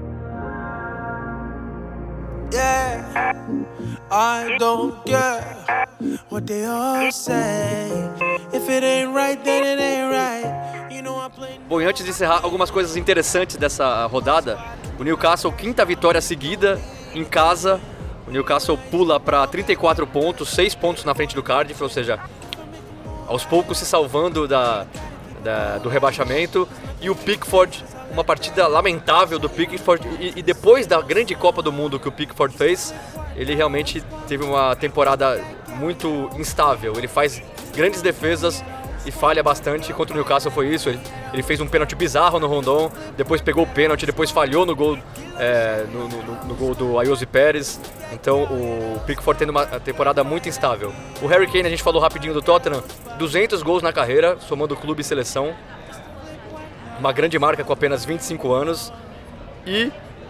I don't care what they all say. If it ain't right, then it ain't right. You know I play. Bom, e antes de encerrar, algumas coisas interessantes dessa rodada. O Newcastle, 5ª vitória seguida em casa. O Newcastle pula para 34 pontos, 6 pontos na frente do Cardiff, ou seja, aos poucos se salvando do rebaixamento. E o Pickford, uma partida lamentável do Pickford, e depois da grande Copa do Mundo que o Pickford fez, ele realmente teve uma temporada muito instável. Ele faz grandes defesas e falha bastante. Contra o Newcastle foi isso, ele fez um pênalti bizarro no Rondon, depois pegou o pênalti, depois falhou no gol, no gol do Ayoze Pérez. Então o Pickford tendo uma temporada muito instável. O Harry Kane, a gente falou rapidinho do Tottenham, 200 gols na carreira, somando clube e seleção. Uma grande marca com apenas 25 anos. E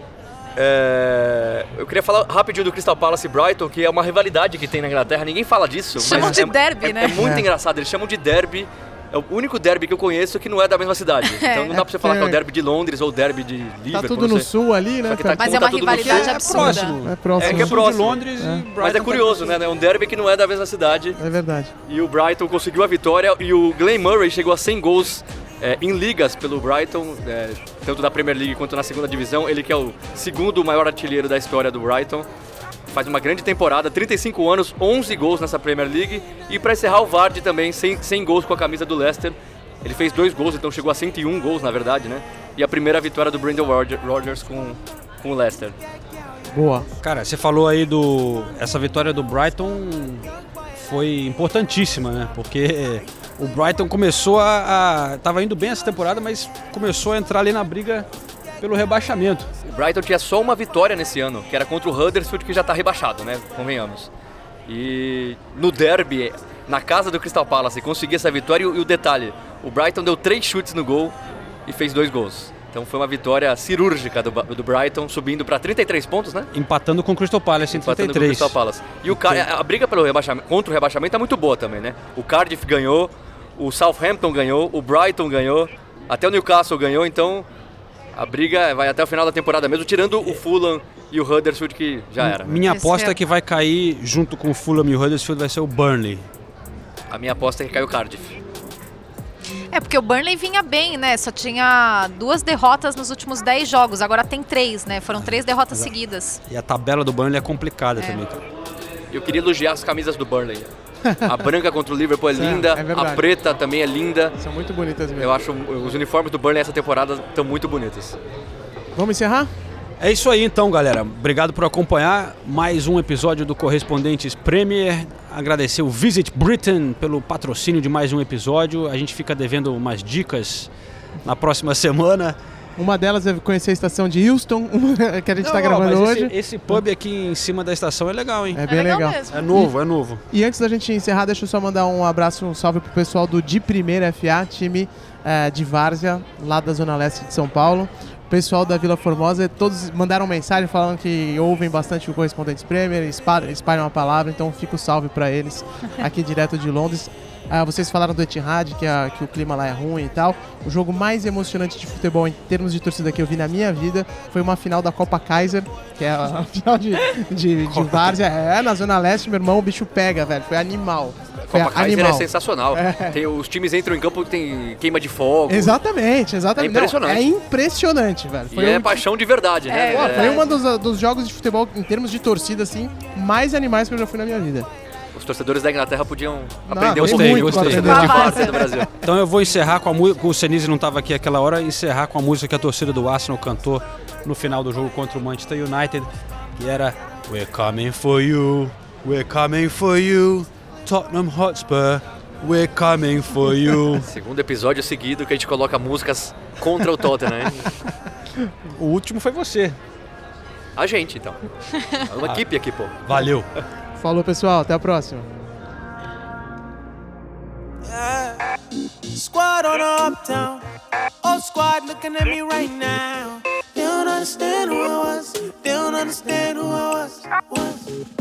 eu queria falar rapidinho do Crystal Palace e Brighton, que é uma rivalidade que tem na Inglaterra. Ninguém fala disso. Chamam de derby, né? É muito engraçado, eles chamam de derby. É o único derby que eu conheço que não é da mesma cidade. Então não dá pra você falar que é o derby de Londres ou o derby de Liverpool. Tá tudo no sul ali, né? Mas é uma rivalidade absurda. É próximo. É próximo. De Londres e Brighton. Mas é curioso, né? É um derby que não é da mesma cidade. É verdade. E o Brighton conseguiu a vitória e o Glenn Murray chegou a 100 gols em ligas pelo Brighton, tanto na Premier League quanto na segunda divisão. Ele que é o segundo maior artilheiro da história do Brighton. faz uma grande temporada, 35 anos, 11 gols nessa Premier League. E para encerrar, o Vardy também, 100 gols com a camisa do Leicester. Ele fez 2 gols, então chegou a 101 gols, na verdade, né? E a primeira vitória do Brendan Rodgers com o Leicester. Boa. Cara, você falou aí essa vitória do Brighton foi importantíssima, né? Porque o Brighton começou tava indo bem essa temporada, mas começou a entrar ali na briga pelo rebaixamento. O Brighton tinha só uma vitória nesse ano, que era contra o Huddersfield, que já tá rebaixado, né? Convenhamos. E no derby, na casa do Crystal Palace, conseguiu essa vitória e o detalhe, o Brighton deu 3 chutes no gol e fez 2 gols. Então foi uma vitória cirúrgica do Brighton, subindo para 33 pontos, né? Empatando com o Crystal Palace em 33. Empatando com o Crystal Palace. E a briga pelo rebaixamento, contra o rebaixamento é muito boa também, né? O Cardiff ganhou, o Southampton ganhou, o Brighton ganhou, até o Newcastle ganhou, então a briga vai até o final da temporada mesmo, tirando o Fulham e o Huddersfield, que já era. Minha aposta é que vai cair junto com o Fulham e o Huddersfield vai ser o Burnley. A minha aposta é que cai o Cardiff. Porque o Burnley vinha bem, né? Só tinha 2 derrotas nos últimos 10 jogos, agora tem 3, né? Foram 3 derrotas seguidas. E a tabela do Burnley é complicada também. Eu queria elogiar as camisas do Burnley. A branca contra o Liverpool é linda, a preta também é linda. São muito bonitas mesmo. Eu acho os uniformes do Burnley essa temporada estão muito bonitos. Vamos encerrar? É isso aí então, galera. Obrigado por acompanhar mais um episódio do Correspondentes Premier. Agradecer o Visit Britain pelo patrocínio de mais um episódio. A gente fica devendo umas dicas na próxima semana. Uma delas é conhecer a estação de Houston, que a gente está gravando hoje. Esse pub aqui em cima da estação é legal, hein? É bem legal. Mesmo. É novo, é novo. E antes da gente encerrar, deixa eu só mandar um abraço, um salve pro pessoal do De Primeira FA, time de Várzea, lá da Zona Leste de São Paulo. O pessoal da Vila Formosa, todos mandaram mensagem falando que ouvem bastante o Correspondentes Premier, espalham a palavra, então fica o salve para eles aqui direto de Londres. Vocês falaram do Etihad, que o clima lá é ruim e tal. O jogo mais emocionante de futebol em termos de torcida que eu vi na minha vida foi uma final da Copa Kaiser, que é a final de Várzea. Na Zona Leste, meu irmão, o bicho pega, velho. Foi animal. A Copa Kaiser é sensacional. Os times entram em campo, tem queima de fogo. Exatamente. É impressionante. Não, é impressionante, velho. Foi paixão de verdade, né? Foi um dos jogos de futebol, em termos de torcida, assim, mais animais que eu já fui na minha vida. Os torcedores da Inglaterra podiam aprender gostei. do Brasil. Então eu vou encerrar com a música, o Senise não estava aqui aquela hora, encerrar com a música que a torcida do Arsenal cantou no final do jogo contra o Manchester United, que era We're coming for you, Tottenham Hotspur, we're coming for you. Segundo episódio seguido que a gente coloca músicas contra o Tottenham, hein? O último foi você. A gente, então. Uma equipe aqui, pô. Valeu. Falou, pessoal. Até a próxima. Squad on the uptown. Old squad looking at me right now. They don't understand who I was. They don't understand who I was.